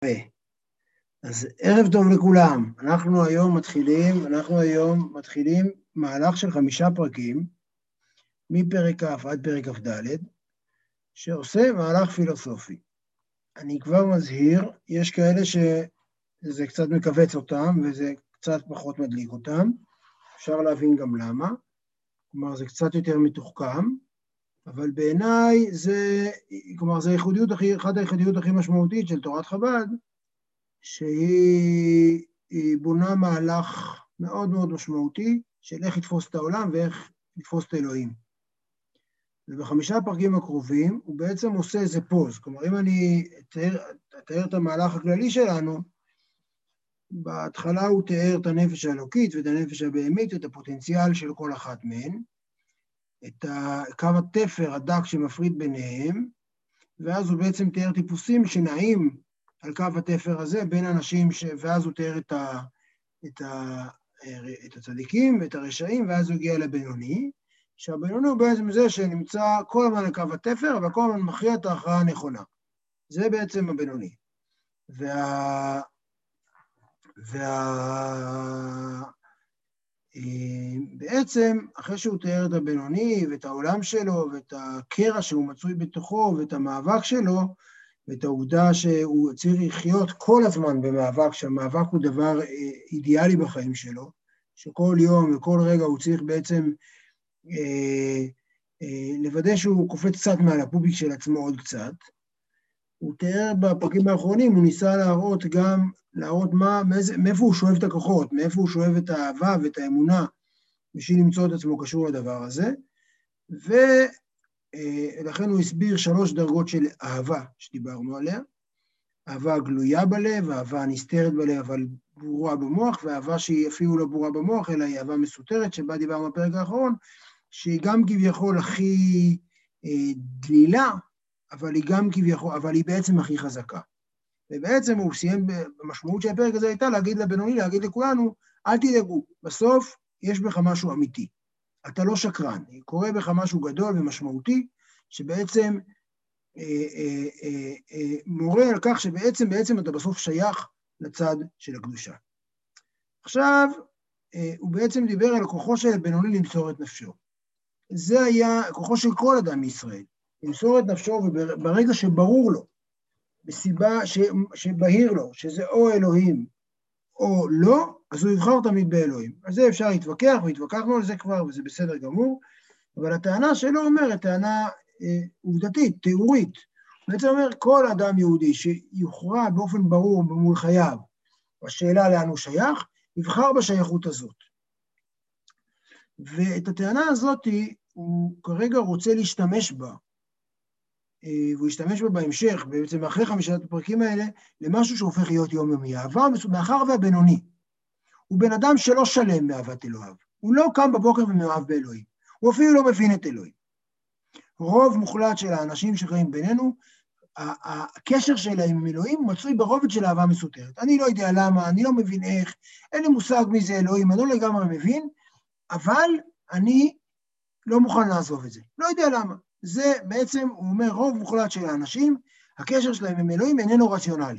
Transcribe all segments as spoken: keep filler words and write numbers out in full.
אז ערב טוב לכולם, אנחנו היום מתחילים, אנחנו היום מתחילים מהלך של חמישה פרקים, מפרק כ' עד פרק כ"ד, שעושה מהלך פילוסופי. אני כבר מזהיר, יש כאלה שזה קצת מקווץ אותם, וזה קצת פחות מדליק אותם, אפשר להבין גם למה, כלומר זה קצת יותר מתוחכם, אבל בעיניי זה, כלומר זה הייחודיות הכי, אחת הייחודיות הכי משמעותית של תורת חב"ד, שהיא בונה מהלך מאוד מאוד משמעותי של איך לתפוס את העולם ואיך לתפוס את האלוהים. ובחמישה הפרקים הקרובים הוא בעצם עושה איזה פוז, כלומר אם אני אתאר, אתאר את המהלך הכללי שלנו, בהתחלה הוא תיאר את הנפש האלוקית ואת הנפש הבהמית, את הפוטנציאל של כל אחת מהן, את קו התפר הדק שמפריד ביניהם, ואז הוא בעצם תיאר טיפוסים שנעים על קו התפר הזה בין אנשים, ש... ואז הוא תיאר את, ה... את, ה... את הצדיקים ואת הרשעים, ואז הוא הגיע לבינוני, שהבינוני הוא בעצם זה שנמצא כל הזמן על קו התפר, אבל כל הזמן מכריע את ההכרעה הנכונה. זה בעצם הבינוני. וה... וה... בעצם, אחרי שהוא תיאר את הבינוני ואת העולם שלו ואת הקרע שהוא מצוי בתוכו ואת המאבק שלו, ואת העובדה שהוא צריך לחיות כל הזמן במאבק, שהמאבק הוא דבר אידיאלי בחיים שלו, שכל יום וכל רגע הוא צריך בעצם אה, אה, לוודא שהוא קופץ קצת מעל הפוביק של עצמו עוד קצת. הוא תיאר בפרקים האחרונים, הוא ניסה להראות גם, להראות מה, מאיזה, מאיפה הוא שואב את הכוחות, מאיפה הוא שואב את האהבה ואת האמונה, בשביל למצוא את עצמו קשור לדבר הזה, ולכן הוא הסביר שלוש דרגות של אהבה שדיברנו עליה, אהבה גלויה בלב, אהבה נסתרת בלב, אבל ברורה במוח, ואהבה שהיא אפילו לא ברורה במוח, אלא היא אהבה מסותרת, שבה דיברנו בפרק האחרון, שהיא גם כביכול הכי אה, דלילה, אבל היא גם כביכול, אבל היא בעצם הכי חזקה. ובעצם הוא סיים, במשמעות של הפרק הזה הייתה להגיד לבינוני, להגיד לכולנו, אל תדאגו, בסוף יש בך משהו אמיתי. אתה לא שקרן, קורה בך משהו גדול ומשמעותי, שבעצם אה, אה, אה, אה, מורה על כך שבעצם בעצם אתה בסוף שייך לצד של הקדושה. עכשיו, אה, הוא בעצם דיבר על כוחו של בינוני למסור את נפשו. זה היה כוחו של כל אדם מישראל. למסור את נפשו, וברגע שברור לו, בסיבה ש, שבהיר לו, שזה או אלוהים או לא, אז הוא יבחר תמיד באלוהים. אז זה אפשר להתווכח, והתווכחנו על זה כבר, וזה בסדר גמור, אבל הטענה שלו אומרת, טענה אה, עובדתית, תיאורית, בעצם אומר, כל אדם יהודי שיוכרע באופן ברור מול חייו, בשאלה לאן הוא שייך, יבחר בשייכות הזאת. ואת הטענה הזאת הוא כרגע רוצה להשתמש בה, והוא ישתמש בה בהמשך, בעצם אחרי חמישת הפרקים האלה, למשהו שהופך להיות יומיומי. אהבה, מאחר והבינוני, הוא בן אדם שלא שלם מאהבת אלוהיו. הוא לא קם בבוקר ומאוהב באלוהים. הוא אפילו לא מבין את אלוהים. רוב מוחלט של האנשים שחיים בינינו, הקשר שלהם עם אלוהים מצוי ברובד של אהבה מסותרת. אני לא יודע למה, אני לא מבין איך, אין לי מושג מי זה אלוהים, אני לא לגמרי מבין, אבל אני לא מוכן לעזוב את זה. לא יודע למה. זה בעצם, הוא אומר, רוב מוחלט של האנשים, הקשר שלהם עם אלוהים איננו רציונלי.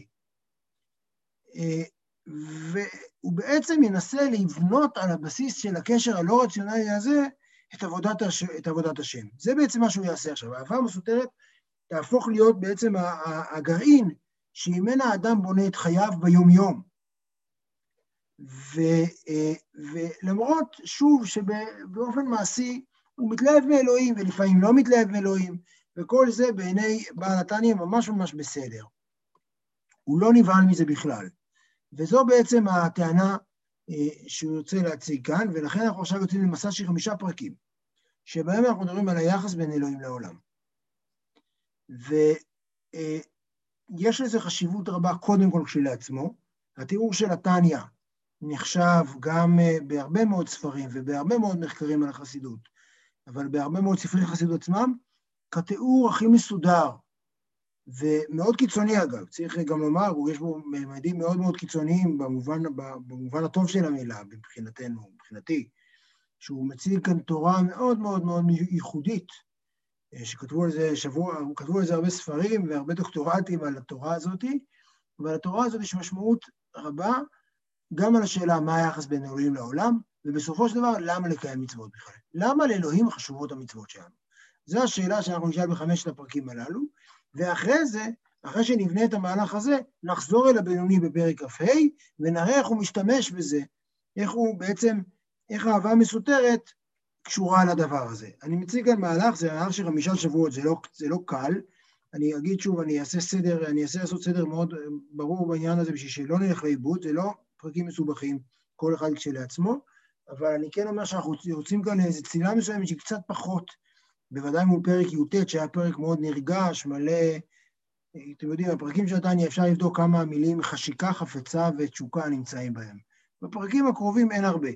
והוא בעצם ינסה לבנות על הבסיס של הקשר הלא רציונלי הזה, את עבודת, הש... את עבודת השם. זה בעצם מה שהוא יעשה עכשיו. האהבה המסותרת תהפוך להיות בעצם הגרעין, שממנה האדם בונה את חייו ביום-יום. ו... ולמרות, שוב, שבאופן מעשי, הוא מתלהב מאלוהים, ולפעמים לא מתלהב מאלוהים, וכל זה בעיני בעל התניא ממש ממש בסדר. הוא לא נבהל מזה בכלל. וזו בעצם הטענה אה, שהוא רוצה להציג כאן, ולכן אנחנו עכשיו יוצאים למסע של חמישה פרקים, שבהם אנחנו מדברים על היחס בין אלוהים לעולם. ויש אה, לזה חשיבות רבה קודם כל כשלעצמו. התיאור של התניא נחשב גם אה, בהרבה מאוד ספרים, ובהרבה מאוד מחקרים על החסידות, אבל בהרבה מאוד ספרי חסידות עצמם, כתיאור הכי מסודר, ומאוד קיצוני אגב, צריך גם לומר, יש בו ממדים מאוד מאוד קיצוניים, במובן, במובן הטוב של המילה, מבחינתנו, מבחינתי, שהוא מציג כאן תורה מאוד מאוד מאוד ייחודית, שכתבו על זה שבוע, כתבו על זה הרבה ספרים, והרבה דוקטורטים על התורה הזאת, אבל לתורה הזאת יש משמעות רבה, גם על השאלה מה היחס בין אלוהים לעולם, ובסופו של דבר, למה לקיים מצוות בכלל? למה לאלוהים חשובות המצוות שלנו? זו השאלה שאנחנו נשאל בחמשת הפרקים הללו, ואחרי זה, אחרי שנבנה את המהלך הזה, נחזור אל הבינוני בפרק כ"ה, ונראה איך הוא משתמש בזה, איך הוא בעצם, איך האהבה מסותרת קשורה לדבר הזה. אני מציג כאן מהלך, זה מהלך של חמישה שבועות, זה לא, זה לא קל. אני אגיד שוב, אני אעשה סדר, אני אעשה לעשות סדר מאוד ברור בעניין הזה, בשביל שלא נלך לאיבוד, זה לא פרקים מסובכים, כל אחד כשלעצמו, אבל אני כן אומר שאנחנו רוצים כאן איזו צילה מסוימת שהיא קצת פחות, בוודאי מול פרק י"ט, שהיה פרק מאוד נרגש, מלא, אתם יודעים, הפרקים של תניא אפשר לבדוק כמה מילים חשיקה, חפצה ותשוקה נמצאים בהם. בפרקים הקרובים אין הרבה.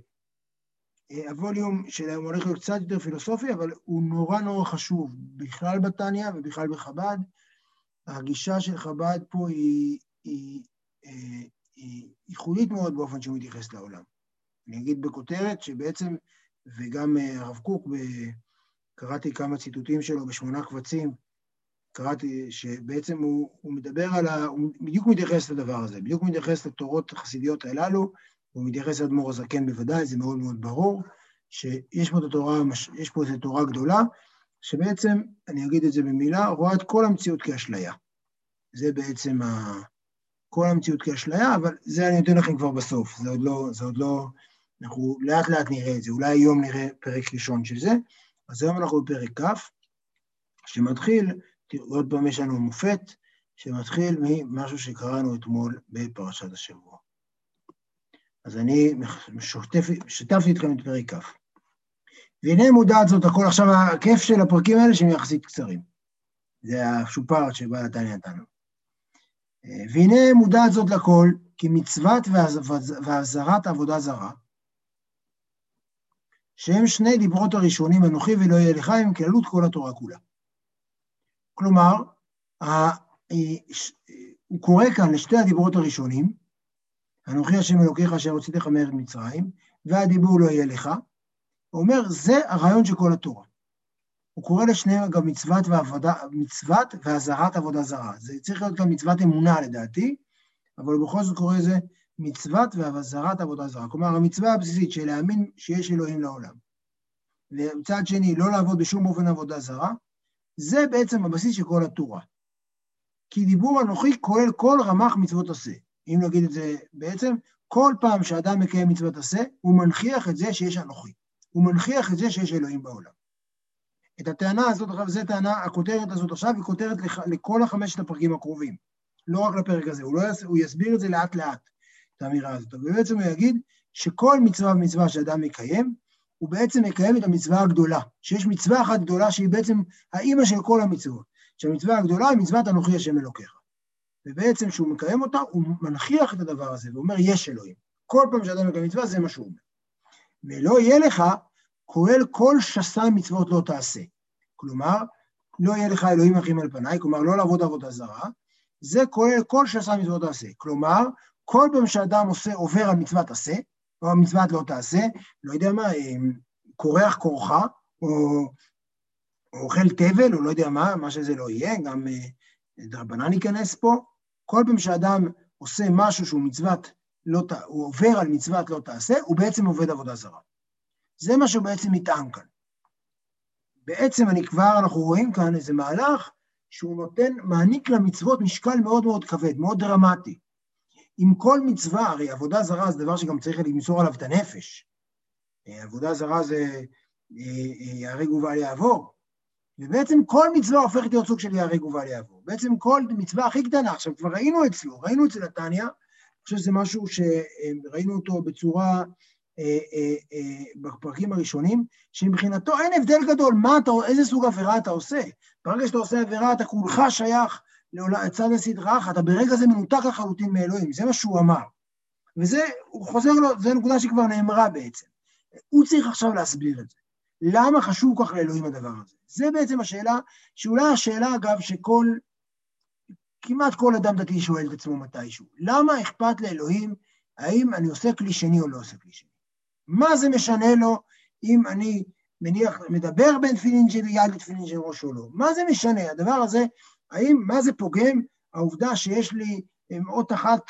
הווליום שלהם הולך להיות קצת יותר פילוסופי, אבל הוא נורא נורא חשוב, בכלל בתניא ובכלל בחב"ד. הגישה של חב"ד פה היא, היא, היא, היא ייחודית מאוד באופן שהוא מתייחס לעולם. אני אגיד בכותרת שבעצם, וגם הרב קוק, קראתי כמה ציטוטים שלו בשמונה קבצים, קראתי שבעצם הוא, הוא מדבר על ה... הוא בדיוק מתייחס לדבר הזה, בדיוק מתייחס לתורות החסידיות הללו, הוא מתייחס לאדמו"ר הזקן בוודאי, זה מאוד מאוד ברור, שיש פה את התורה, יש פה איזו תורה גדולה, שבעצם, אני אגיד את זה במילה, רואה את כל המציאות כאשליה. זה בעצם ה... כל המציאות כאשליה, אבל זה אני נותן לכם כבר בסוף, זה עוד לא, זה עוד לא, אנחנו לאט לאט נראה את זה, אולי היום נראה פרק ראשון של זה, אז היום אנחנו בפרק כ', שמתחיל, תראו, עוד פעם יש לנו מופת, שמתחיל ממשהו שקראנו אתמול בפרשת השבוע. אז אני שתפתי איתכם את פרק כ'. והנה מודעת זאת הכל, עכשיו הכיף של הפרקים האלה שהם יחסית קצרים. זה השופר שבא לתניא נתנו. והנה מודעת זאת לכל, כי מצוות והזרת עבודה זרה, שהם שני דיברות הראשונים, אנוכי ולא יהיה לך, הם כללות כל התורה כולה. כלומר, הוא קורא כאן לשתי הדיברות הראשונים, אנוכי השם אלוקיך אשר הוצאתיך מארץ מצרים, והדיבור לא יהיה לך, הוא אומר, זה הרעיון של כל התורה. הוא קורא לשניהם אגב מצוות, ועבודה, מצוות והזרת עבודה זרה. זה צריך להיות גם מצוות אמונה לדעתי, אבל בכל זאת קורא לזה מצוות והזרת עבודה זרה. כלומר, המצווה הבסיסית של להאמין שיש אלוהים לעולם. ומצד שני, לא לעבוד בשום אופן עבודה זרה, זה בעצם הבסיס של כל התורה. כי דיבור אנוכי כולל כל רמ"ח מצוות עשה. אם נגיד את זה בעצם, כל פעם שאדם מקיים מצוות עשה, הוא מנכיח את זה שיש אנוכי. הוא מנכיח את זה שיש אלוהים בעולם. את הטענה הזאת, זו טענה, הכותרת הזאת עכשיו, היא כותרת לכל החמשת הפרקים הקרובים. לא רק לפרק הזה, הוא, לא יס, הוא יסביר את זה לאט לאט, את האמירה הזאת. ובעצם הוא יגיד שכל מצווה ומצווה שאדם מקיים, הוא בעצם מקיים את המצווה הגדולה, שיש מצווה אחת גדולה שהיא בעצם האמא של כל המצוות, שהמצווה הגדולה היא מצוות אנוכי השם אלוקיך. ובעצם כשהוא מקיים אותה, הוא מנכיח את הדבר הזה, ואומר יש אלוהים. כל פעם שאדם מקיים מצווה, זה מה שהוא אומר. ולא יהיה לך, כולל כל שס"ה מצוות לא תעשה. כלומר, לא יהיה לך אלוהים אחים על פניי, כלומר, לא לעבוד עבודה זרה, זה כולל כל שס"ה מצוות תעשה. כלומר, כל פעם שאדם עושה, עובר על מצוות עשה, או מצוות לא תעשה, לא יודע מה, קורח קורחה, או, או אוכל תבל, או לא יודע מה, מה שזה לא יהיה, גם דרבנן ייכנס פה, כל פעם שאדם עושה משהו שהוא מצוות, לא, הוא עובר על מצוות לא תעשה, הוא בעצם עובד עבודה זרה. זה מה שהוא בעצם נטען כאן. בעצם אני כבר, אנחנו רואים כאן איזה מהלך, שהוא נותן, מעניק למצוות משקל מאוד מאוד כבד, מאוד דרמטי. עם כל מצווה, הרי עבודה זרה זה דבר שגם צריך למסור עליו את הנפש. עבודה זרה זה יהרג ובל יעבור. ובעצם כל מצווה הופכת להיות סוג של יהרג ובל יעבור. בעצם כל מצווה הכי קטנה, עכשיו כבר ראינו אצלו, ראינו אצל התניא, אני חושב שזה משהו שראינו אותו בצורה, בפרקים הראשונים, שמבחינתו אין הבדל גדול, מה אתה, איזה סוג עבירה אתה עושה. ברגע שאתה עושה עבירה, אתה כולך שייך לצד הסדרה אחת, אתה ברגע זה מנותק לחלוטין מאלוהים, זה מה שהוא אמר. וזה, הוא חוזר לו, זה נקודה שכבר נאמרה בעצם. הוא צריך עכשיו להסביר את זה. למה חשוב כך לאלוהים הדבר הזה? זה בעצם השאלה, שאולי השאלה אגב שכל, כמעט כל אדם דתי שואל את עצמו מתישהו. למה אכפת לאלוהים, האם אני עושה כלי שני או לא עושה כלי שני? מה זה משנה לו אם אני מניח, מדבר בין תפילין של יד לתפילין של ראש או לא? מה זה משנה? הדבר הזה, האם, מה זה פוגם? העובדה שיש לי אות אחת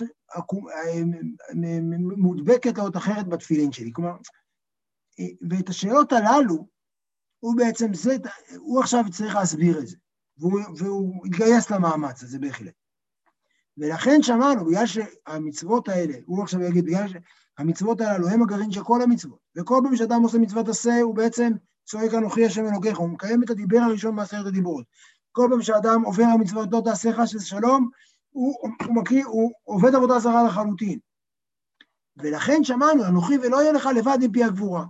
מודבקת לאות אחרת בתפילין שלי. כלומר, ואת השאלות הללו, הוא בעצם זה, הוא עכשיו צריך להסביר את זה, והוא, והוא התגייס למאמץ הזה בהחלט. ולכן שמענו, בגלל שהמצוות האלה, הוא עכשיו יגיד, בגלל שהמצוות הללו הם הגרעין של כל המצוות, וכל פעם שאדם עושה מצוות עשה, הוא בעצם צועק אנוכי השם אלוקיך, הוא מקיים את הדיבר הראשון בעשרת הדיברות. כל פעם שאדם עובר המצוות לא תעשה חס ושלום, הוא, הוא, מקריא, הוא עובד עבודה זרה לחלוטין. ולכן שמענו, אנוכי ולא יהיה לך לבד מפי הגבורה.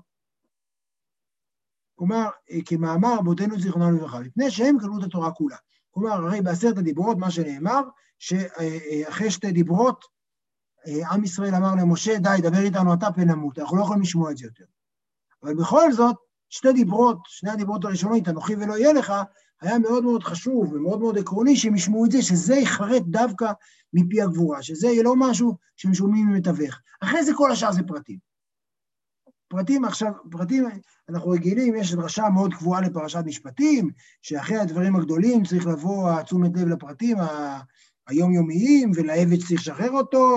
כלומר, כמאמר רבותינו זיכרונם לברכה, מפני שהם קבלו את התורה כולה. כלומר, הרי בעשרת הדיברות, מה שנאמר, שאחרי שתי דיברות, עם ישראל אמר למשה, די, דבר איתנו אתה פן נמות, אנחנו לא יכולים לשמוע את זה יותר. אבל בכל זאת, שתי דיברות, שני הדיברות הראשונות, אנוכי ולא יהיה לך, היה מאוד מאוד חשוב ומאוד מאוד עקרוני שהם ישמעו את זה, שזה יחרט דווקא מפי הגבורה, שזה יהיה לא משהו שהם שומעים ממתווך. אחרי זה כל השאר זה פרטים. פרטים עכשיו, פרטים, אנחנו רגילים, יש דרשה מאוד קבועה לפרשת משפטים, שאחרי הדברים הגדולים צריך לבוא תשומת לב לפרטים היומיומיים, ולעבד צריך לשחרר אותו,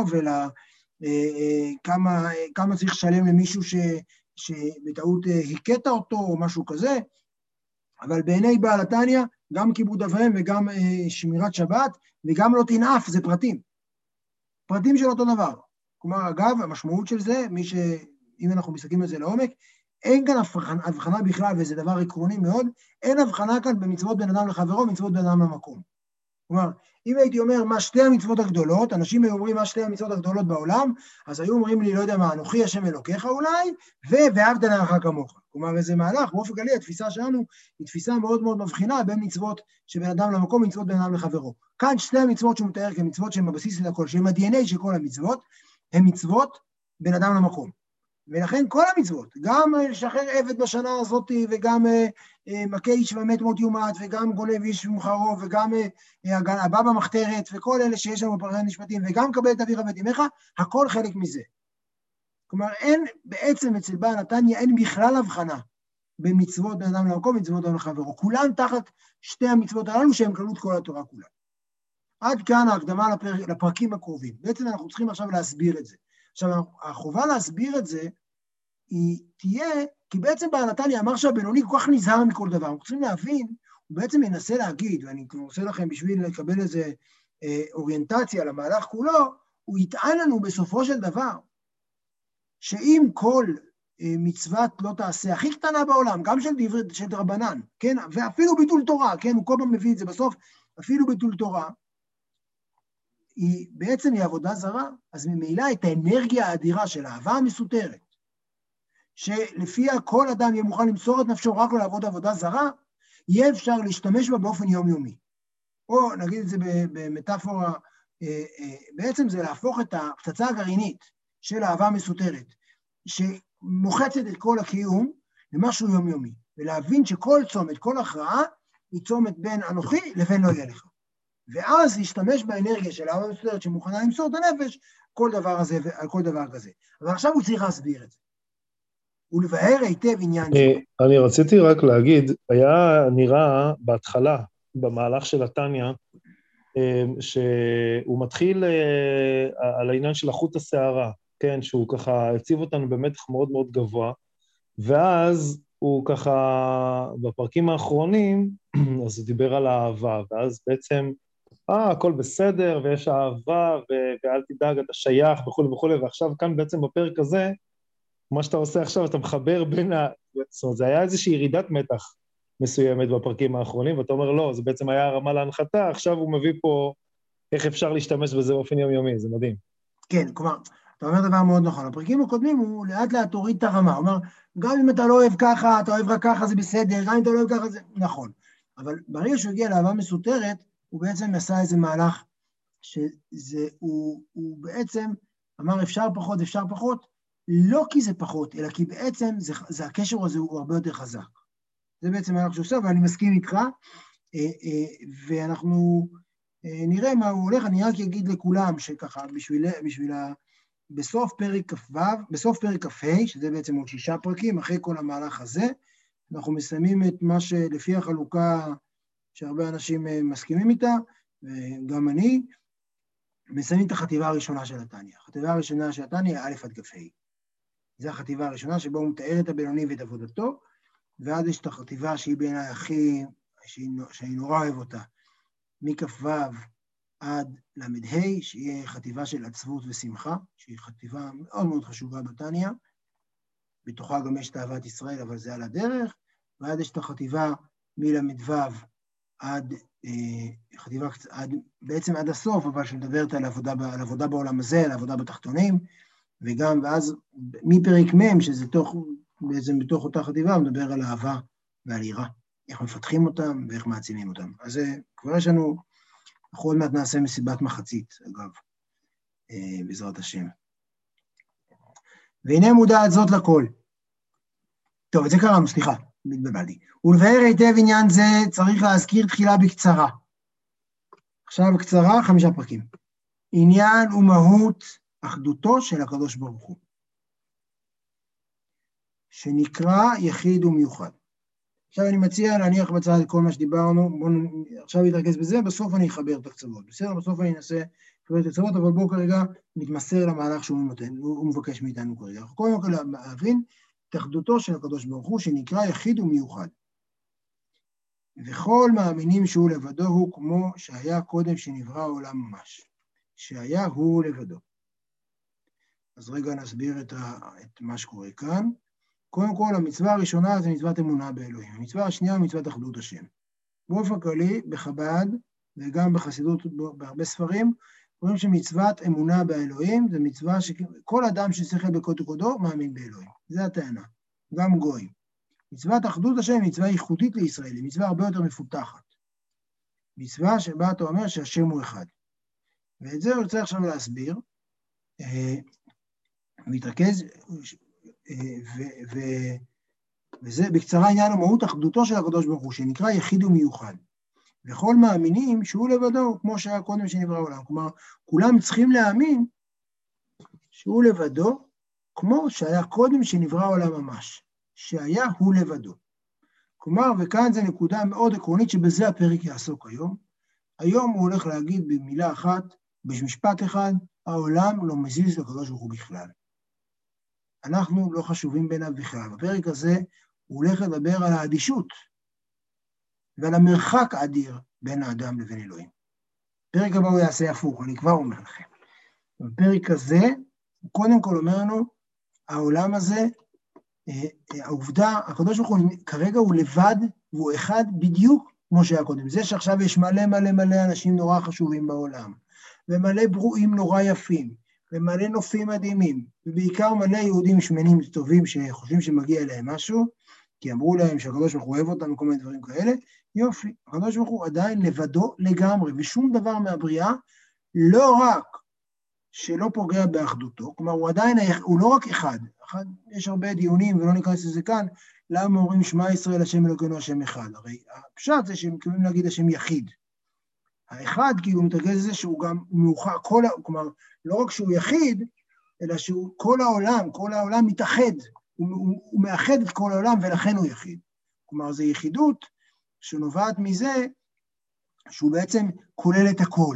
וכמה כמה צריך לשלם למישהו ש, שבטעות הכית אותו, או משהו כזה, אבל בעיני בעל התניא, גם כיבוד אב ואם וגם שמירת שבת, וגם לא תנאף, זה פרטים. פרטים של אותו דבר. כלומר, אגב, המשמעות של זה, מי ש... אם אנחנו מסתכלים על זה לעומק, אין כאן הבחנה, הבחנה בכלל, וזה דבר עקרוני מאוד, אין הבחנה כאן במצוות בין אדם לחברו, מצוות בין אדם למקום. כלומר, אם הייתי אומר מה שתי המצוות הגדולות, אנשים היו אומרים מה שתי המצוות הגדולות בעולם, אז היו אומרים לי, לא יודע מה, אנוכי השם אלוקיך אולי, ואהבת לרעך כמוך. כלומר, איזה מהלך, באופן כללי, התפיסה שלנו היא תפיסה מאוד מאוד מבחינה בין מצוות שבין אדם למקום, מצוות בין אדם לחברו. כאן שתי המצוות שהוא מתאר כמצוות שהן בבסיס לכל, שהן ה-די אן איי של כל המצוות, הן מצוות בין אדם למקום. ולכן כל המצוות, גם לשחרר עבד בשנה הזאת, וגם מכה איש ומת מות יומת, וגם גונב איש ומחרו, וגם הבא במחתרת, וכל אלה שיש לנו בפרשת משפטים, וגם קבל את אביך ואת אמך, הכל חלק מזה. כלומר, אין בעצם אצל בעל התניא, אין בכלל הבחנה בין מצוות בין אדם למקום, מצוות בין לחברו. כולן תחת שתי המצוות הללו, שהן כללות כל התורה כולה. עד כאן ההקדמה לפר... לפרקים הקרובים. בעצם אנחנו צריכים עכשיו להסביר את זה. עכשיו, החובה להסביר את זה, היא תהיה, כי בעצם בעל התניא אמר שהבינוני כל כך נזהר מכל דבר. אנחנו צריכים להבין, הוא בעצם מנסה להגיד, ואני עושה לכם בשביל לקבל איזו אה, אוריינטציה למהלך כולו, הוא יטען לנו בסופו של דבר, שאם כל אה, מצוות לא תעשה הכי קטנה בעולם, גם של דברי, של דרבנן, כן, ואפילו ביטול תורה, כן, הוא כל פעם מביא את זה בסוף, אפילו ביטול תורה, היא בעצם היא עבודה זרה, אז ממילא את האנרגיה האדירה של האהבה המסותרת, שלפיה כל אדם יהיה מוכן למסור את נפשו רק לעבוד עבודה זרה, יהיה אפשר להשתמש בה באופן יומיומי. או נגיד את זה במטאפורה, בעצם זה להפוך את הפצצה הגרעינית של האהבה המסותרת, שמוחצת את כל הקיום למשהו יומיומי, ולהבין שכל צומת, כל הכרעה, היא צומת בין אנוכי לבין לא יהיה לך. ואז להשתמש באנרגיה של האהבה המסותרת שמוכנה למסור את הנפש, כל דבר הזה ועל כל דבר כזה. אבל עכשיו הוא צריך להסביר את זה. ולבאר היטב עניין זה. אני רציתי רק להגיד, היה נראה בהתחלה, במהלך של התניא, שהוא מתחיל על העניין של החוט השערה, כן, שהוא ככה הציב אותנו במתח מאוד מאוד גבוה, ואז הוא ככה, בפרקים האחרונים, אז הוא דיבר על האהבה, ואז בעצם, אה, הכל בסדר, ויש אהבה, ואל תדאג, אתה שייך, וכו' וכו', ועכשיו כאן בעצם בפרק הזה, מה שאתה עושה עכשיו, אתה מחבר בין ה... זאת אומרת, זה היה איזושהי ירידת מתח מסוימת בפרקים האחרונים, ואתה אומר, לא, זה בעצם היה הרמה להנחתה, עכשיו הוא מביא פה איך אפשר להשתמש בזה באופן יומיומי, זה מדהים. כן, כלומר, אתה אומר דבר מאוד נכון, הפרקים הקודמים הוא לאט לאט תוריד את הרמה, הוא אומר, גם אם אתה לא אוהב ככה, אתה אוהב רק ככה, זה בסדר, גם אם אתה לא אוהב ככה, זה נכון. אבל ברגע שהוא הגיע לאהבה מסותרת, הוא בעצם עשה איזה מהלך, שזה, הוא, הוא בעצם אמר, אפשר פחות, אפשר פחות, לא כי זה פחות, אלא כי בעצם זה, זה הקשר הזה הוא הרבה יותר חזק. זה בעצם מה שהוא עושה, ואני מסכים איתך, ואנחנו נראה מה הוא הולך, אני רק אגיד לכולם שככה, בשביל, בשביל ה... בסוף פרק כ"ו, בסוף פרק כ"ה, שזה בעצם עוד שישה פרקים, אחרי כל המהלך הזה, אנחנו מסיימים את מה שלפי החלוקה שהרבה אנשים מסכימים איתה, וגם אני, מסיימים את החטיבה הראשונה של התניא. החטיבה הראשונה של התניא, א' עד כ"ה. זו החטיבה הראשונה שבו הוא מתאר את הבינוני ואת עבודתו, ואז יש את החטיבה שהיא בעיניי הכי, שאני נורא אוהב אותה, מכ"ו עד למ"ה, שהיא חטיבה של עצבות ושמחה, שהיא חטיבה מאוד מאוד חשובה בתניא, בתוכה גם יש את אהבת ישראל, אבל זה על הדרך, ואז יש את החטיבה מל"ו עד, אה, חטיבה, עד, בעצם עד הסוף, אבל שמדברת על עבודה, על עבודה בעולם הזה, על עבודה בתחתונים, וגם, ואז מפרק מ', שזה תוך, בעצם בתוך אותה חטיבה, מדבר על אהבה ועל יראה, איך מפתחים אותם ואיך מעצימים אותם. אז כבר יש לנו, אנחנו עוד מעט נעשה מסיבת מחצית, אגב, אה, בעזרת השם. והנה מודעת זאת לכל. טוב, את זה קראנו, סליחה, מתבלבלתי. ולבאר היטב עניין זה צריך להזכיר תחילה בקצרה. עכשיו קצרה, חמישה פרקים. עניין ומהות אחדותו של הקדוש ברוך הוא, שנקרא יחיד ומיוחד. עכשיו אני מציע להניח בצד את כל מה שדיברנו, בואו עכשיו נתרכז בזה, בסוף אני אחבר את הקצוות. בסדר, בסוף אני אנסה לחבר את הקצוות, אבל בואו כרגע נתמסר למהלך שהוא נותן, הוא מבקש מאיתנו כרגע. אנחנו קודם כל להבין את אחדותו של הקדוש ברוך הוא, שנקרא יחיד ומיוחד. וכל מאמינים שהוא לבדו הוא כמו שהיה קודם שנברא העולם ממש, שהיה הוא לבדו. אז רגע נסביר את, ה, את מה שקורה כאן. קודם כל, המצווה הראשונה זה מצוות אמונה באלוהים. המצווה השנייה היא מצוות אחדות השם. באופן כללי, בחב"ד, וגם בחסידות, בהרבה ספרים, אומרים שמצוות אמונה באלוהים, זה מצווה שכל אדם ששכל בקודש קודשו מאמין באלוהים. זה הטענה, גם גויים. מצוות אחדות השם היא מצווה ייחודית לישראל, היא מצווה הרבה יותר מפותחת. מצווה שבה אתה אומר שהשם הוא אחד. ואת זה אני רוצה עכשיו להסביר, מתרכז, ו, ו, וזה בקצרה עניין המהות אחדותו של הקדוש ברוך הוא, שנקרא יחיד ומיוחד. וכל מאמינים שהוא לבדו, כמו שהיה קודם שנברא העולם. כלומר, כולם צריכים להאמין שהוא לבדו, כמו שהיה קודם שנברא העולם ממש, שהיה הוא לבדו. כלומר, וכאן זו נקודה מאוד עקרונית שבזה הפרק יעסוק היום. היום הוא הולך להגיד במילה אחת, במשפט אחד, העולם לא מזיז לקדוש ברוך הוא בכלל. אנחנו לא חשובים ביניו בכלל. בפרק הזה הוא הולך לדבר על האדישות ועל המרחק האדיר בין האדם לבין אלוהים. בפרק הבא הוא יעשה הפוך, אני כבר אומר לכם. בפרק הזה הוא קודם כל אומר לנו, העולם הזה, העובדה, הקדוש ברוך הוא כרגע הוא לבד והוא אחד בדיוק כמו שהיה קודם. זה שעכשיו יש מלא מלא מלא אנשים נורא חשובים בעולם, ומלא ברואים נורא יפים, ומלא נופים מדהימים, ובעיקר מלא יהודים שמנים טובים שחושבים שמגיע אליהם משהו, כי אמרו להם שהקדוש ברוך הוא אוהב אותם וכל מיני דברים כאלה, יופי, הקדוש ברוך הוא עדיין לבדו לגמרי, ושום דבר מהבריאה, לא רק שלא פוגע באחדותו, כלומר הוא עדיין, הוא לא רק אחד, אחד יש הרבה דיונים ולא ניכנס לזה כאן, למה אומרים שמע ישראל השם אלוקינו השם אחד, הרי הפשט זה שהם מתכוונים להגיד השם יחיד, האחד כאילו מתרגז לזה שהוא גם מאוחר, כל, כלומר לא רק שהוא יחיד, אלא שהוא כל העולם, כל העולם מתאחד, הוא, הוא, הוא מאחד את כל העולם ולכן הוא יחיד. כלומר, זו יחידות שנובעת מזה שהוא בעצם כולל את הכל.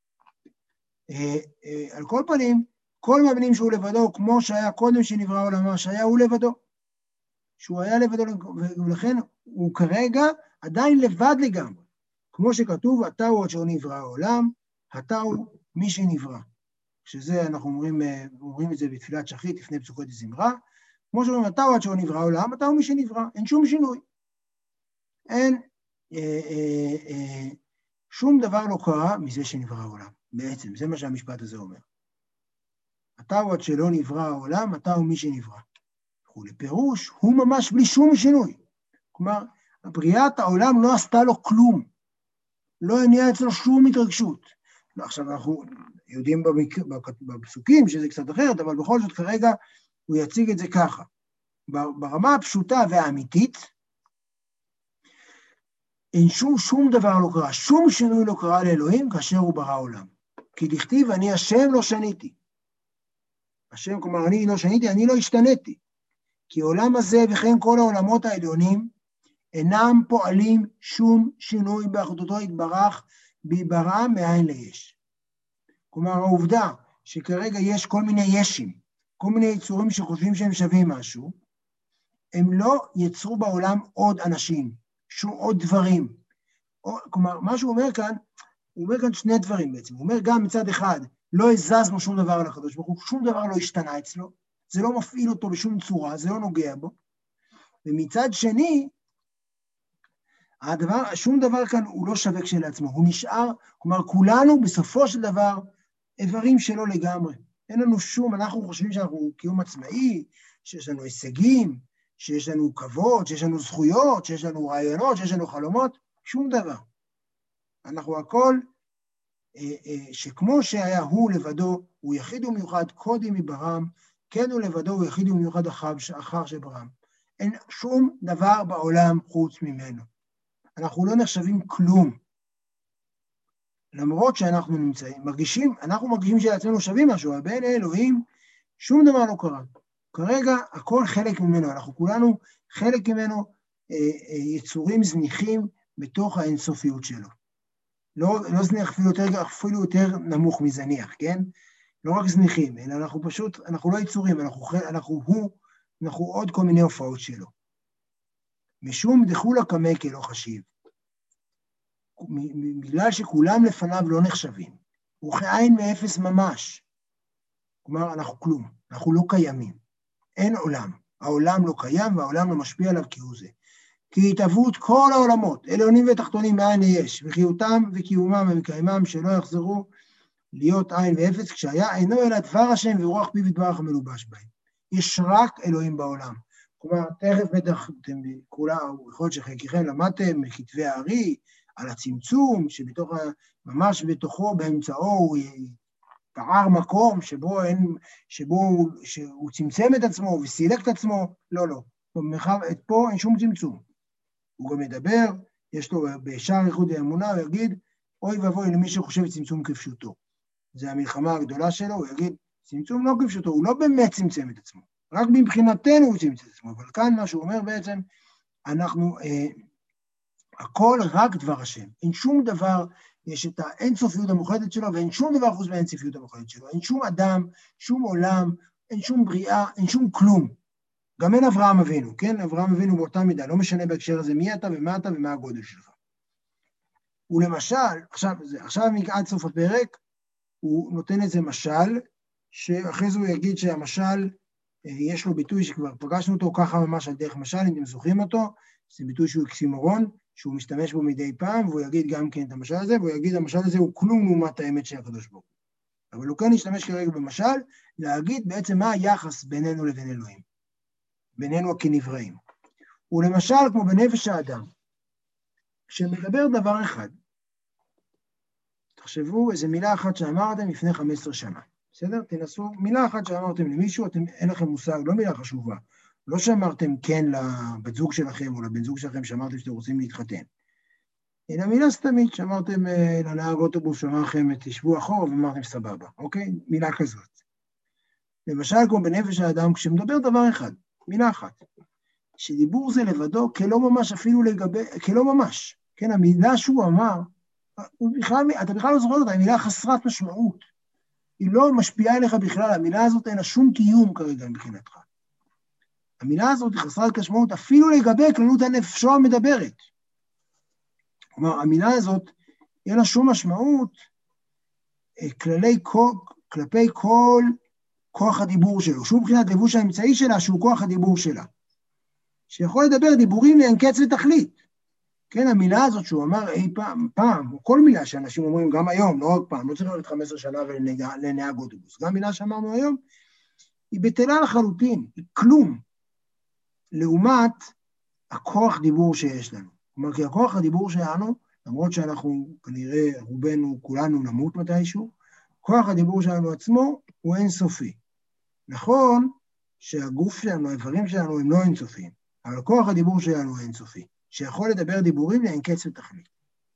אה, אה, על כל פנים, כל מאמינים שהוא לבדו, כמו שהיה קודם שנברא העולם, שהיה הוא לבדו. שהוא היה לבדו, ולכן הוא כרגע עדיין לבד לגמרי. כמו שכתוב, אתה הוא עד שהוא נברא העולם, אתה הוא מי שנברא. שזה אנחנו אומרים, אומרים את זה בתפילת שחרית לפני פסוקות הזמרה, כמו שאומרים, אתה הוא עד שהוא נברא העולם, אתה הוא מי שנברא, אין שום שינוי. אין, אה, אה, אה, שום דבר לא קרה מזה שנברא העולם, בעצם, זה מה שהמשפט הזה אומר. אתה הוא עד שלא נברא העולם, אתה הוא מי שנברא. הוא לפירוש, הוא ממש בלי שום שינוי. כלומר, בריאת העולם לא עשתה לו כלום, לא הניעה אצלו שום התרגשות. עכשיו אנחנו יודעים בפסוקים שזה קצת אחרת, אבל בכל זאת כרגע הוא יציג את זה ככה. ברמה הפשוטה והאמיתית, אין שום, שום דבר לא קרה, שום שינוי לא קרה לאלוהים כאשר הוא ברא עולם. כי דכתיב, אני השם לא שניתי. השם, כלומר, אני לא שניתי, אני לא השתניתי. כי העולם הזה וכן כל העולמות העליונים, אינם פועלים שום שינוי באחדותו יתברך, בהיבראה מאין ליש. כלומר, העובדה שכרגע יש כל מיני ישים, כל מיני יצורים שחושבים שהם שווים משהו, הם לא יצרו בעולם עוד אנשים, שום עוד דברים. או, כלומר, מה שהוא אומר כאן, הוא אומר כאן שני דברים בעצם. הוא אומר גם מצד אחד, לא הזזנו שום דבר על הקדוש ברוך הוא, שום דבר לא השתנה אצלו, זה לא מפעיל אותו בשום צורה, זה לא נוגע בו. ומצד שני, הדבר, שום דבר כאן הוא לא שווה כשלעצמו, הוא נשאר, כלומר, כולנו בסופו של דבר, איברים שלו לגמרי. אין לנו שום, אנחנו חושבים שאנחנו קיום עצמאי, שיש לנו הישגים, שיש לנו כבוד, שיש לנו זכויות, שיש לנו רעיונות, שיש לנו חלומות, שום דבר. אנחנו הכל, שכמו שהיה הוא לבדו, הוא יחיד ומיוחד קודם מברם, כן הוא לבדו, הוא יחיד ומיוחד אחר שברם. אין שום דבר בעולם חוץ ממנו. אנחנו לא נחשבים כלום. למרות שאנחנו נמצאים, מרגישים, אנחנו מרגישים שלעצמנו שווים משהו, אבל בין אלוהים, שום דבר לא קרה. כרגע הכל חלק ממנו, אנחנו כולנו חלק ממנו, אה, אה, יצורים זניחים בתוך האינסופיות שלו. לא, לא זניח, אפילו יותר, אפילו יותר נמוך מזניח, כן? לא רק זניחים, אלא אנחנו פשוט, אנחנו לא יצורים, אנחנו, אנחנו הוא, אנחנו עוד כל מיני הופעות שלו. משום דחולה קמא כלא חשיב. בגלל שכולם לפניו לא נחשבים, הוא כאין מאפס ממש. כלומר, אנחנו כלום, אנחנו לא קיימים. אין עולם, העולם לא קיים והעולם לא משפיע עליו כהוא זה. כי התהוות כל העולמות, עליונים ותחתונים מאין יש, וחיותם וקיומם ומקיימם שלא יחזרו להיות עין ואפס, כשהיה אינו אלא דבר השם ורוח פיו יתברך המלובש בהם. יש רק אלוהים בעולם. כלומר, תכף בטח אתם כולה, יכול להיות שחלקכם למדתם מכתבי הארי, על הצמצום, שבתוך, ממש בתוכו, באמצעו, הוא פער מקום שבו, אין, שבו הוא, שהוא צמצם את עצמו וסילק את עצמו, לא, לא. במרחב, פה אין שום צמצום. הוא גם מדבר, יש לו בשער איחוד האמונה, הוא יגיד, אוי ואבוי למי שחושב צמצום כפשוטו. זה המלחמה הגדולה שלו, הוא יגיד, צמצום לא כפשוטו, הוא לא באמת צמצם את עצמו. רק מבחינתנו הוא צמצם את עצמו, אבל כאן מה שהוא אומר בעצם, אנחנו, אה, הכל רק דבר השם. אין שום דבר, יש את האינסופיות המוחלטת שלו, ואין שום דבר חוץ מהאינסופיות המוחלטת שלו. אין שום אדם, שום עולם, אין שום בריאה, אין שום כלום. גם אין אברהם אבינו, כן? אברהם אבינו באותה מידה, לא משנה בהקשר הזה מי אתה ומה אתה ומה הגודל שלך. ולמשל, עכשיו, עכשיו עד סוף הפרק, הוא נותן איזה משל, שאחרי זה הוא יגיד שהמשל, יש לו ביטוי שכבר פגשנו אותו ככה ממש על דרך משל, אם אתם זוכרים אותו, זה ביטוי שהוא אקסימורון, שהוא משתמש בו מדי פעם, והוא יגיד גם כן את המשל הזה, והוא יגיד המשל הזה הוא כלום לעומת האמת של הקדוש ברוך הוא. אבל הוא כאן ישתמש כרגע במשל, להגיד בעצם מה היחס בינינו לבין אלוהים, בינינו כנבראים. ולמשל, כמו בנפש האדם, כשמדבר דבר אחד, תחשבו איזו מילה אחת שאמרתם לפני חמש עשרה שנה, בסדר? תנסו, מילה אחת שאמרתם למישהו, אתם, אין לכם מושג, לא מילה חשובה, לא שאמרתם כן לבת זוג שלכם או לבן זוג שלכם, שאמרתם שאתם רוצים להתחתן, אלא מילה סתמית, שאמרתם לנהג אוטובוס, שאמר לכם, תשבו אחורה ואמרתם סבבה, אוקיי? מילה כזאת. למשל, כמו בנפש האדם, כשמדבר דבר אחד, מילה אחת, שדיבור זה לבדו כלא ממש אפילו לגבי, כלא ממש, כן, המילה שהוא אמר, בכלל, אתה בכלל לא זוכר אותה, היא מילה חסרת משמעות, היא לא משפיעה אליך בכלל, המילה הזאת אין לה שום קיום כרגע מבחינתך. המילה הזאת היא חסרת משמעות אפילו לגבי כללות הנפשו המדברת. כלומר, המילה הזאת אין לה שום משמעות כללי, כלפי כל כוח הדיבור שלו, שהוא מבחינת לבוש האמצעי שלה, שהוא כוח הדיבור שלה. שיכול לדבר דיבורים לאין קץ ותכלית. כן, המילה הזאת שהוא אמר אי פעם, פעם, או כל מילה שאנשים אומרים גם היום, לא רק פעם, לא צריך להיות חמש עשרה שנה ולנהג אוטובוס, גם מילה שאמרנו היום, היא בטלה לחלוטין, היא כלום, לעומת הכוח דיבור שיש לנו. כלומר, כי הכוח הדיבור שלנו, למרות שאנחנו כנראה רובנו, כולנו נמות מתישהו, כוח הדיבור שלנו עצמו הוא אינסופי. נכון שהגוף שלנו, האיברים שלנו הם לא אינסופיים, אבל כוח הדיבור שלנו הוא אינסופי, שיכול לדבר דיבורים לאין קץ ותכלית.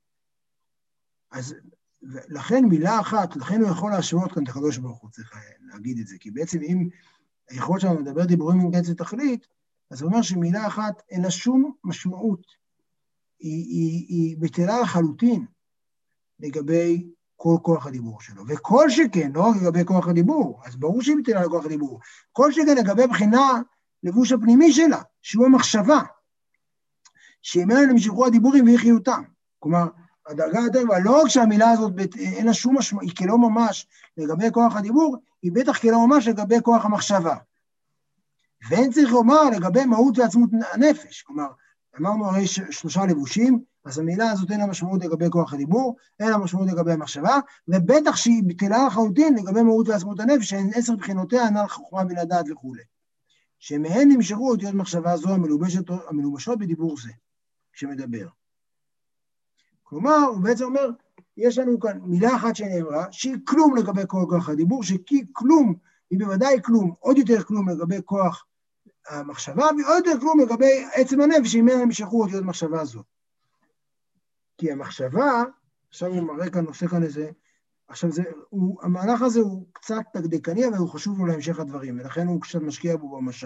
אז לכן מילה אחת, לכן הוא יכול להשוות כאן את הקדוש ברוך הוא, צריך להגיד את זה, כי בעצם אם היכולת שלנו לדבר דיבורים לאין קץ ותכלית, אז הוא אומר שמילה אחת אין לה שום משמעות, היא, היא, היא בטלה לחלוטין לגבי כל כוח הדיבור שלו. וכל שכן, לא רק לגבי כוח הדיבור, אז ברור שהיא בטלה לכוח הדיבור, כל שכן לגבי בחינה לבוש הפנימי שלה, שהוא המחשבה, שממנה נמשכו הדיבורים ויחיותם. כלומר, הדרגה יותר גבוהה, לא רק שהמילה הזאת אין לה שום משמעות, היא כלא ממש לגבי כוח הדיבור, היא בטח כלא ממש לגבי כוח המחשבה. ואין צריך לומר לגבי מהות ועצמות הנפש. כלומר, אמרנו הרי שלושה לבושים, אז המילה הזאת אין לה משמעות לגבי כוח הדיבור, אין לה משמעות לגבי המחשבה, ובטח שהיא בטלה לחלוטין לגבי מהות ועצמות הנפש, שהן עשר בחינותיה, הנ"ל חוכמה ולדעת וכו'. שמהן נמשכו אותיות מחשבה זו המלובשת, המלובשות בדיבור זה, שמדבר. כלומר, הוא בעצם אומר, יש לנו כאן מילה אחת שנאמרה, שהיא כלום לגבי כל כוח הדיבור, שכי כלום, היא בוודאי כלום, עוד יותר כלום לגבי כוח המחשבה, ועוד יותר כלום לגבי עצם הנפש, שממנה נמשכו אותיות מחשבה זו. כי המחשבה, עכשיו הוא מראה כאן, עושה כאן איזה, עכשיו זה, הוא, המהלך הזה הוא קצת תקדקני, אבל הוא חשוב לו להמשך הדברים, ולכן הוא קצת משקיע בו במשל.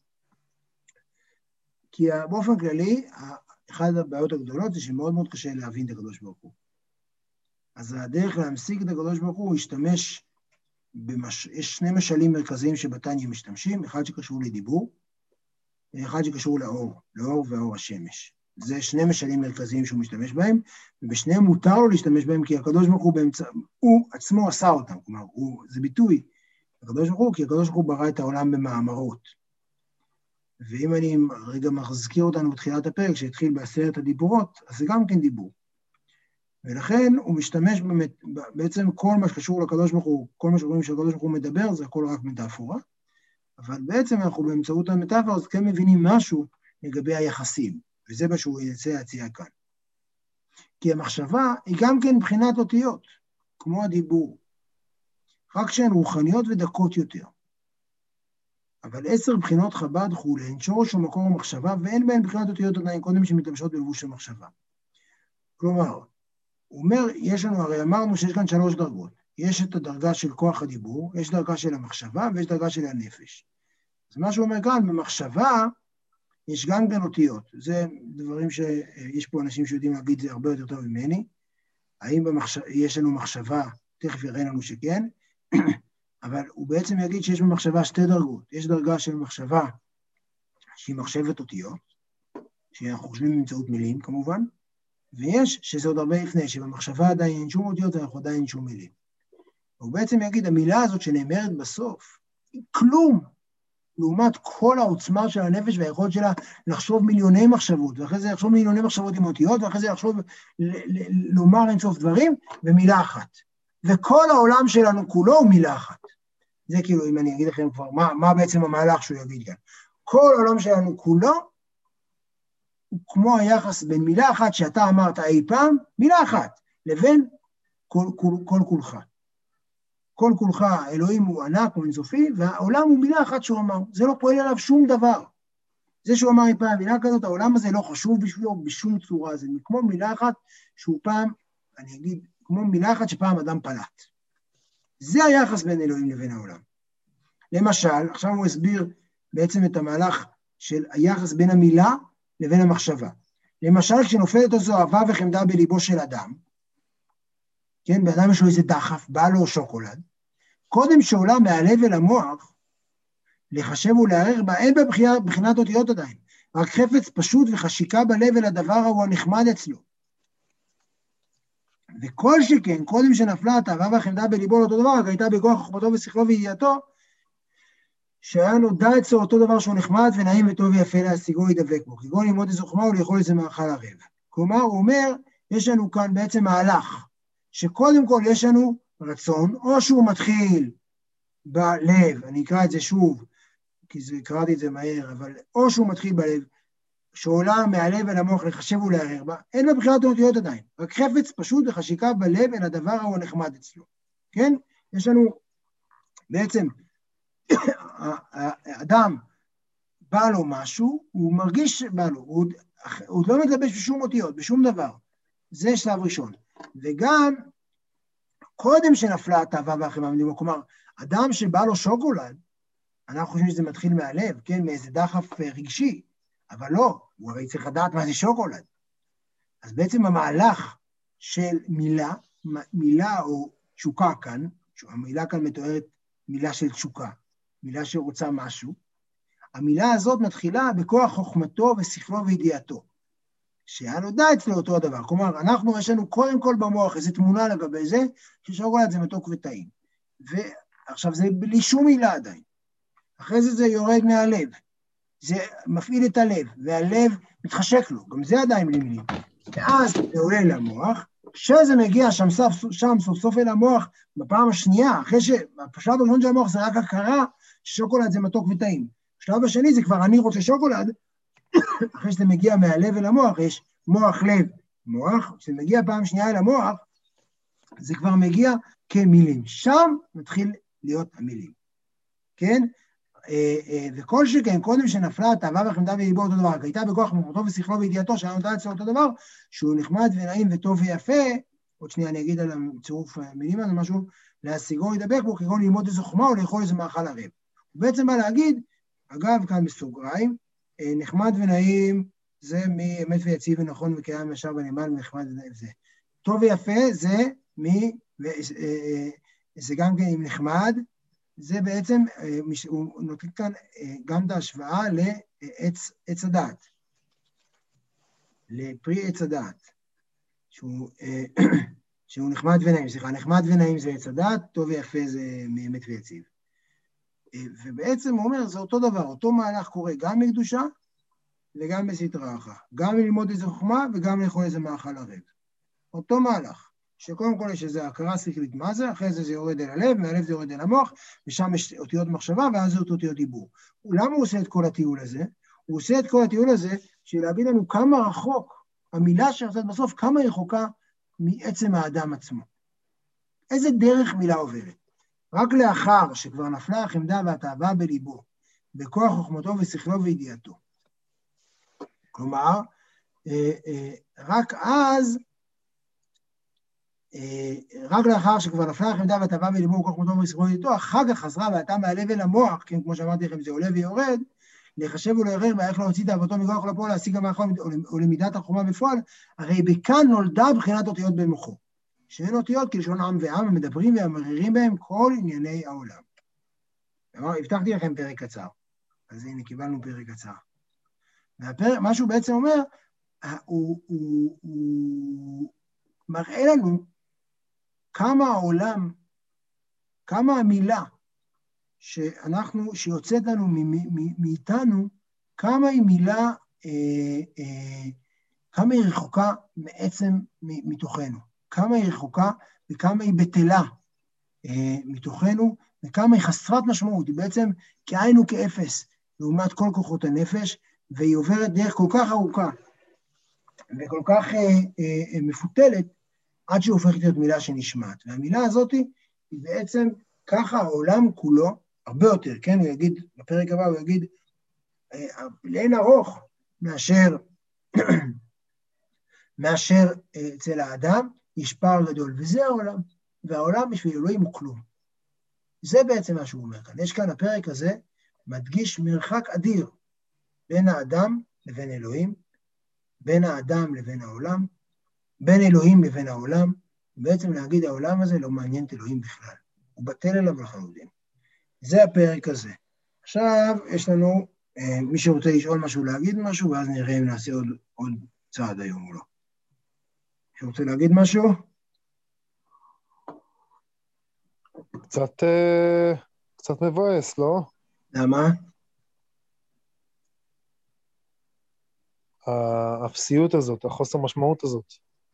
כי באופן כללי, אחת הבעיות הגדולות זה שמאוד מאוד קשה להבין את הקדוש ברוך הוא. אז הדרך להמשיג את הקדוש ברוך הוא, הוא ישתמש, במש... יש שני משלים מרכזיים שבתניא משתמשים, אחד שקשור לדיבור, ואחד שקשור לאור, לאור ואור השמש. זה שני משלים מרכזיים שהוא משתמש בהם, ובשניהם מותר לו להשתמש בהם, כי הקדוש ברוך הוא באמצע, הוא עצמו עשה אותם, כלומר, הוא, זה ביטוי, הקדוש ברוך הוא, כי הקדוש ברוך הוא ברא את העולם במאמרות. ואם אני רגע מזכיר אותנו בתחילת הפרק, שהתחיל בעשרת הדיבורות, אז זה גם כן דיבור. ולכן הוא משתמש באמת, בעצם כל מה שקשור לקדוש ברוך הוא, כל מה שרואים שהקדוש ברוך הוא מדבר, זה הכל רק מטאפורה, אבל בעצם אנחנו באמצעות המטאפורה, אז כן מבינים משהו לגבי היחסים. וזה מה שהוא יצא להציע כאן. כי המחשבה היא גם כן מבחינת אותיות, כמו הדיבור, רק שהן רוחניות ודקות יותר. אבל עשר בחינות חב"ד חולה, הן שורש ומקור המחשבה, ואין בהן בחינת אותיות עדיין קודם שמתלבשות בלבוש המחשבה. כלומר, הוא אומר, יש לנו, הרי אמרנו שיש כאן שלוש דרגות. יש את הדרגה של כוח הדיבור, יש דרגה של המחשבה, ויש דרגה של הנפש. אז מה שהוא אומר כאן, במחשבה, יש גם כאן אותיות. זה דברים שיש פה אנשים שיודעים להגיד זה הרבה יותר טוב ממני. האם במחש... יש לנו מחשבה, תכף יראה לנו שכן, אבל הוא בעצם יגיד שיש במחשבה שתי דרגות. יש דרגה של מחשבה שהיא מחשבת אותיות, שאנחנו חושבים באמצעות מילים כמובן, ויש שזה עוד הרבה לפני, שבמחשבה עדיין אין שום אותיות, ואנחנו עדיין אין שום מילים. הוא בעצם יגיד, המילה הזאת שנאמרת בסוף, היא כלום, לעומת כל העוצמה של הנפש והיכולת שלה לחשוב מיליוני מחשבות, ואחרי זה לחשוב מיליוני מחשבות עם אותיות, ואחרי זה לחשוב, לומר אינסוף דברים, במילה אחת. וכל העולם שלנו כולו הוא מילה אחת. זה כאילו, אם אני אגיד לכם כבר, מה, מה בעצם המהלך שהוא יגיד כאן. כל העולם שלנו כולו, הוא כמו היחס בין מילה אחת שאתה אמרת אי פעם, מילה אחת, לבין כל, כל, כל כולך. כל כולך, אלוהים הוא ענק, הוא אינסופי, והעולם הוא מילה אחת שהוא אמר. זה לא פועל עליו שום דבר. זה שהוא אמר אי פעם, מילה כזאת, העולם הזה לא חשוב בשבילו בשום צורה. זה כמו מילה אחת שהוא פעם, אני אגיד, כמו מילה אחת שפעם אדם פלט. זה היחס בין אלוהים לבין העולם. למשל, עכשיו הוא הסביר בעצם את המהלך של היחס בין המילה לבין המחשבה. למשל, כשנופלת איזו אהבה וחמדה בליבו של אדם, כן, באדם יש לו איזה דחף, בא לו שוקולד, קודם שעולה מהלב אל המוח, לחשב ולערער בה, אין בה בחינת אותיות עדיין, רק חפץ פשוט וחשיקה בלב אל הדבר ההוא הנחמד אצלו. וכל שכן, קודם שנפלה את האהבה והחמדה בליבו לאותו דבר, רק הייתה בכוח חוכמתו ושכלו וידיעתו, שהיה נודע אצלו אותו דבר שהוא נחמד ונעים וטוב ויפה להשיגו ידבק בו, כגון ללמוד איזו חוכמה ולאכול איזה מאכל ערב. כלומר, הוא אומר, יש לנו כאן בעצם מהלך, שקודם כל יש לנו רצון, או שהוא מתחיל בלב, אני אקרא את זה שוב, כי זה, קראתי את זה מהר, אבל או שהוא מתחיל בלב, שעולה מהלב אל המוח לחשב ולערער בה, אין לה בחינת אותיות עדיין, רק חפץ פשוט וחשיקה בלב אל הדבר ההוא הנחמד אצלו. כן? יש לנו בעצם, האדם בא לו משהו, הוא מרגיש שבא לו, הוא, הוא לא מתלבש בשום אותיות, בשום דבר. זה שלב ראשון. וגם, קודם שנפלה התאווה והחמאה, כלומר, אדם שבא לו שוקולד, אנחנו חושבים שזה מתחיל מהלב, כן, מאיזה דחף רגשי, אבל לא, הוא הרי צריך לדעת מה זה שוקולד. אז בעצם המהלך של מילה, מילה או תשוקה כאן, המילה כאן מתוארת מילה של תשוקה, מילה שרוצה משהו, המילה הזאת מתחילה בכוח חוכמתו ושכלו וידיעתו, שהנודע אצלו אותו הדבר. כלומר, אנחנו, יש לנו קודם כל במוח איזו תמונה לגבי זה, ששוקולד זה מתוק וטעים. ועכשיו זה בלי שום מילה עדיין. אחרי זה זה יורד מהלב, זה מפעיל את הלב, והלב מתחשק לו, גם זה עדיין בלי מילים. ואז זה עולה למוח, כשזה מגיע שם סוף, שם סוף סוף אל המוח, בפעם השנייה, אחרי שבשלב הראשון של המוח זה רק הכרה, ששוקולד זה מתוק וטעים. בשלב השני זה כבר אני רוצה שוקולד, אחרי שזה מגיע מהלב אל המוח, יש מוח לב מוח, כשזה מגיע פעם שנייה אל המוח, זה כבר מגיע כמילים. שם מתחיל להיות המילים. כן? וכל שכן, קודם שנפלה התאווה והחמדה וליבו אותו דבר, כי הייתה בכוח חוכמתו ושכלו וידיעתו, שהיה נודע אצלו אותו דבר, שהוא נחמד ונעים וטוב ויפה, עוד שנייה אני אגיד על הצירוף המילים הזה משהו, להשיגו להידבק בו, כגון ללמוד איזו חוכמה או לאכול איזה מאכל ערב. הוא בעצם בא להגיד, אגב, כאן בסוגריים, נחמד ונעים זה מאמת ויציב ונכון וקיים ישר ונאמן, נחמד ונעים זה. טוב ויפה זה מ... זה גם כן עם נחמד, זה בעצם, הוא נותן כאן גם את ההשוואה לעץ עץ הדעת, לפרי עץ הדעת, שהוא, שהוא נחמד ונעים, סליחה, נחמד ונעים זה עץ הדעת, טוב ויפה זה מאמת ויציב. ובעצם הוא אומר, זה אותו דבר, אותו מהלך קורה גם מקדושה וגם בסתרא אחרא, גם ללמוד איזה חוכמה וגם לאכול איזה מאכל ערב. אותו מהלך. שקודם כל יש איזו הכרה שכלית מה זה, אחרי זה זה יורד אל הלב, מהלב זה יורד אל המוח, ושם יש אותיות מחשבה, ואז זה אותיות דיבור. למה הוא עושה את כל הטיול הזה? הוא עושה את כל הטיול הזה, של להבין לנו כמה רחוק, המילה שעושה בסוף, כמה רחוקה מעצם האדם עצמו. איזה דרך מילה עוברת? רק לאחר שכבר נפלה החמדה והתאווה בליבו, בכוח חוכמתו ושכלו וידיעתו. כלומר, רק אז, רק לאחר שכבר נפלה החמדה והתאווה בליבו בכוח חוכמתו ושכלו וידיעתו, אחר כך חזרה ועתה מהלב אל המוח, כן, כמו שאמרתי לכם, זה עולה ויורד, לחשב ולערער ואיך להוציא תאוותו מכוח לפועל, להשיג המאכל או למידת החוכמה בפועל, הרי בכאן נולדה בחינת אותיות במוחו. שאין אותיות כלשון עם ועם, המדברים והמררים בהם כל ענייני העולם. הבטחתי לכם פרק קצר, אז הנה קיבלנו פרק קצר. והפרק, מה שהוא בעצם אומר, הוא, הוא, הוא מראה לנו כמה העולם, כמה המילה שאנחנו, שיוצאת לנו מאיתנו, כמה היא מילה, אה, אה, כמה היא רחוקה מעצם מתוכנו. כמה היא רחוקה וכמה היא בטלה אה, מתוכנו, וכמה היא חסרת משמעות, היא בעצם כאין וכאפס, לעומת כל כוחות הנפש, והיא עוברת דרך כל כך ארוכה, וכל כך אה, אה, מפותלת, עד שהיא הופכת להיות מילה שנשמעת. והמילה הזאת היא בעצם ככה העולם כולו, הרבה יותר, כן? הוא יגיד, בפרק הבא הוא יגיד, אה, לאין ארוך מאשר, מאשר אה, אצל האדם, יש פער גדול, וזה העולם, והעולם בשביל אלוהים הוא כלום. זה בעצם מה שהוא אומר כאן. יש כאן הפרק הזה, מדגיש מרחק אדיר, בין האדם לבין אלוהים, בין האדם לבין העולם, בין אלוהים לבין העולם, ובעצם להגיד העולם הזה לא מעניין את אלוהים בכלל. הוא בטל אליו לחלוטין. זה הפרק הזה. עכשיו יש לנו, אה, מי שרוצה לשאול משהו, להגיד משהו, ואז נראה אם נעשה עוד, עוד צעד היום או לא. שרוצה להגיד משהו? קצת, קצת מבואס, לא? למה? האפסיות הזאת, החוסר משמעות הזאת.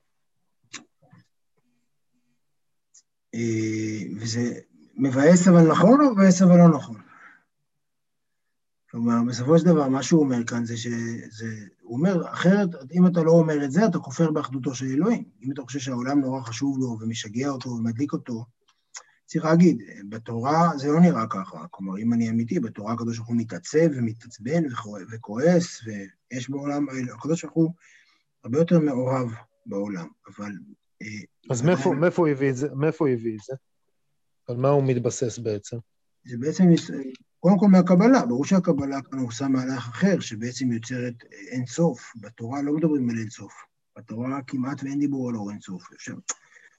וזה מבאס אבל נכון או מבאס אבל לא נכון? כלומר, בסופו של דבר, מה שהוא אומר כאן זה שזה, הוא אומר, אחרת, אם אתה לא אומר את זה, אתה כופר באחדותו של אלוהים. אם אתה חושב שהעולם נורא חשוב לו ומשגע אותו ומדליק אותו, צריך להגיד, בתורה זה לא נראה ככה. כלומר, אם אני אמיתי, בתורה הקדוש ברוך הוא מתעצב ומתעצבן וכועס, ויש בעולם, הקדוש ברוך הוא הרבה יותר מעורב בעולם, אבל... אז מאיפה, מאיפה הוא הביא את זה? מאיפה הוא הביא את זה? על מה הוא מתבסס בעצם? זה בעצם, קודם כל מהקבלה, ברור שהקבלה כאן עושה מהלך אחר, שבעצם יוצרת אינסוף. בתורה לא מדברים על אינסוף. בתורה כמעט ואין דיבור על אור אינסוף. אפשר,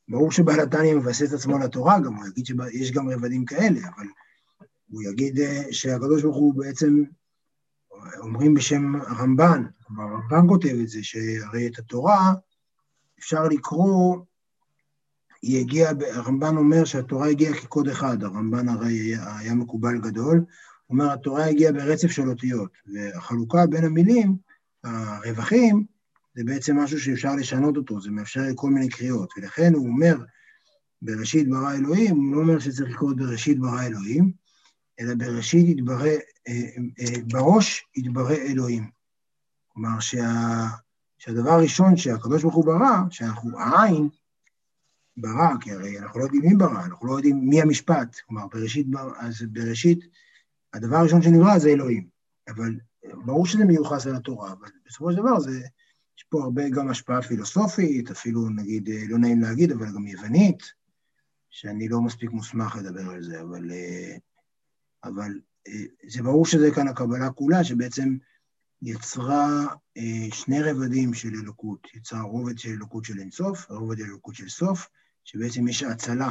ברור שבעל התניא מבסס את עצמו לתורה, גם הוא יגיד שיש גם רבדים כאלה, אבל הוא יגיד שהקדוש ברוך הוא בעצם, אומרים בשם הרמב"ן, הרמב"ן כותב את זה, שהרי את התורה אפשר לקרוא, היא הגיעה, הרמב"ן אומר שהתורה הגיעה כקוד אחד, הרמב"ן הרי היה, היה מקובל גדול, הוא אומר, התורה הגיעה ברצף של אותיות, והחלוקה בין המילים, הרווחים, זה בעצם משהו שאפשר לשנות אותו, זה מאפשר כל מיני קריאות, ולכן הוא אומר, בראשית ברא אלוהים, הוא לא אומר שצריך לקרוא בראשית ברא אלוהים, אלא בראשית יתברא, בראש יתברא אלוהים. כלומר, שה, שהדבר הראשון שהקדוש ברוך הוא ברא, שאנחנו העין, ברא, כי הרי אנחנו לא יודעים מי ברא, אנחנו לא יודעים מי המשפט, כלומר, בראשית, אז בראשית, הדבר הראשון שנברא זה אלוהים, אבל ברור שזה מיוחס על התורה, אבל בסופו של דבר זה, יש פה הרבה גם השפעה פילוסופית, אפילו נגיד, לא נעים להגיד, אבל גם יוונית, שאני לא מספיק מוסמך לדבר על זה, אבל, אבל זה ברור שזה כאן הקבלה כולה, שבעצם יצרה שני רבדים של אלוקות, יצרה רובד של אלוקות של אינסוף, רובד של אלוקות של סוף, שבעצם יש ההצלה,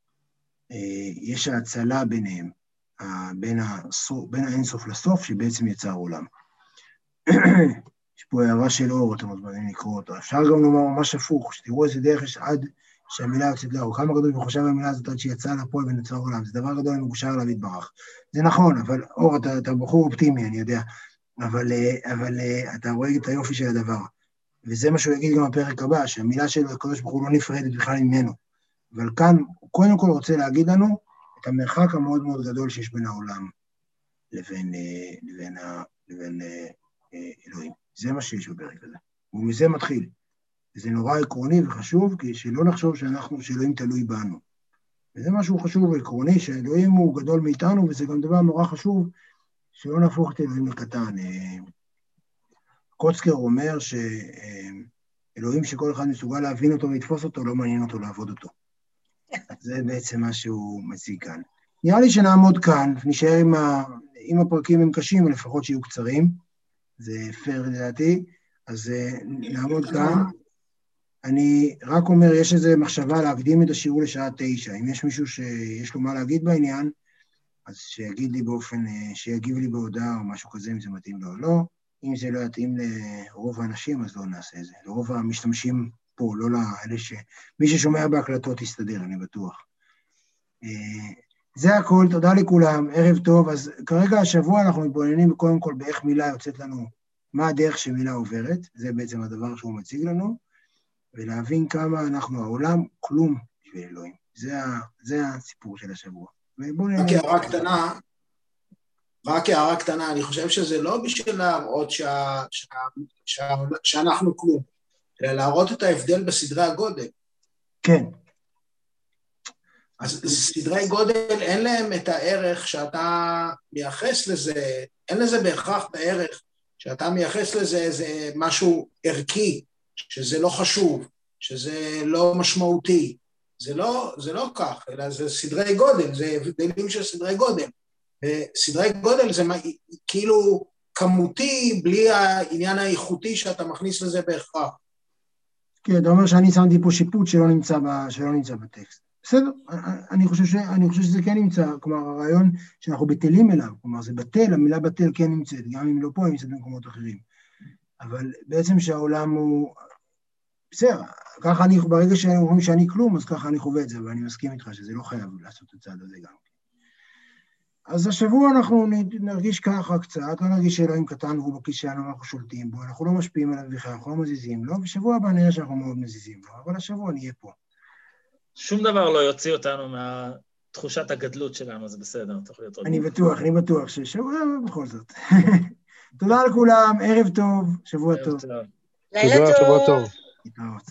יש ההצלה ביניהם, בין, הסוף, בין האינסוף לסוף, שבעצם יצר עולם. יש פה הערה של אור, אתם מוזמנים לקרוא אותו. אפשר גם לומר ממש הפוך, שתראו איזה דרך יש עד שהמילה יוצאת לאור. כמה גדול וחושב במילה הזאת עד שיצאה לפועל ונוצר עולם. זה דבר גדול ומגושר עליו יתברך. זה נכון, אבל אור, אתה, אתה בחור אופטימי, אני יודע. אבל, אבל אתה רואה את היופי של הדבר. וזה מה שהוא יגיד גם בפרק הבא, שהמילה של הקדוש ברוך הוא לא נפרדת בכלל ממנו. אבל כאן, הוא קודם כל רוצה להגיד לנו את המרחק המאוד מאוד גדול שיש בין העולם לבין, לבין, לבין, לבין אלוהים. זה מה שיש בפרק הזה. ומזה מתחיל. וזה נורא עקרוני וחשוב, כי שלא נחשוב שאנחנו, שאלוהים תלוי בנו. וזה משהו חשוב ועקרוני, שאלוהים הוא גדול מאיתנו, וזה גם דבר נורא חשוב, שלא נהפוך את אלוהים לקטן. קוצקר אומר שאלוהים שכל אחד מסוגל להבין אותו ולתפוס אותו, לא מעניין אותו לעבוד אותו. אז זה בעצם מה שהוא מציג כאן. נראה לי שנעמוד כאן, נשאר עם, ה... עם הפרקים הם קשים, לפחות שיהיו קצרים, זה פייר לדעתי, אז נעמוד כאן. אני רק אומר, יש איזו מחשבה להקדים את השיעור לשעה תשע, אם יש מישהו שיש לו מה להגיד בעניין, אז שיגיד לי באופן, שיגיב לי בהודעה או משהו כזה, אם זה מתאים לו או לא. אם זה לא יתאים לרוב האנשים, אז לא נעשה את זה. לרוב המשתמשים פה, לא לאלה ש... מי ששומע בהקלטות יסתדר, אני בטוח. זה הכל, תודה לכולם, ערב טוב. אז כרגע השבוע אנחנו מתבוננים קודם כל באיך מילה יוצאת לנו, מה הדרך שמילה עוברת, זה בעצם הדבר שהוא מציג לנו, ולהבין כמה אנחנו, העולם, כלום בשביל אלוהים. זה, ה... זה הסיפור של השבוע. רק הערה קטנה, רק הערה קטנה, אני חושב שזה לא בשביל להראות שה, שה, שה, שאנחנו כלום, אלא להראות את ההבדל בסדרי הגודל. כן. אז סדרי גודל אין להם את הערך שאתה מייחס לזה, אין לזה בהכרח את הערך שאתה מייחס לזה איזה משהו ערכי, שזה לא חשוב, שזה לא משמעותי. זה לא, זה לא כך, אלא זה סדרי גודל, זה הבדלים של סדרי גודל. סדרי גודל זה כאילו כמותי, בלי העניין האיכותי שאתה מכניס לזה בהכרח. כן, אתה אומר שאני שמתי פה שיפוט שלא נמצא, ב, שלא נמצא בטקסט. בסדר, אני חושב, ש, אני חושב שזה כן נמצא, כלומר הרעיון שאנחנו בטלים אליו, כלומר זה בטל, המילה בטל כן נמצאת, גם אם לא פה, היא נמצאת במקומות אחרים. אבל בעצם שהעולם הוא, בסדר, ככה אני, ברגע שאומרים שאני כלום, אז ככה אני חווה את זה, ואני מסכים איתך שזה לא חייב לעשות את הצעד הזה גם. אז השבוע אנחנו נרגיש ככה קצת, לא נרגיש שאלוהים קטן והוא בכיס שלנו, אנחנו שולטים בו, אנחנו לא משפיעים עליו בכלל, אנחנו לא מזיזים לו, ושבוע הבא נראה שאנחנו מאוד מזיזים לו, אבל השבוע נהיה פה. שום דבר לא יוציא אותנו מהתחושת הגדלות שלנו, זה בסדר, תוכל להיות עוד. אני בטוח, אני בטוח ששבוע בכל זאת. תודה לכולם, ערב טוב, שבוע טוב. לילה טוב. להתראות.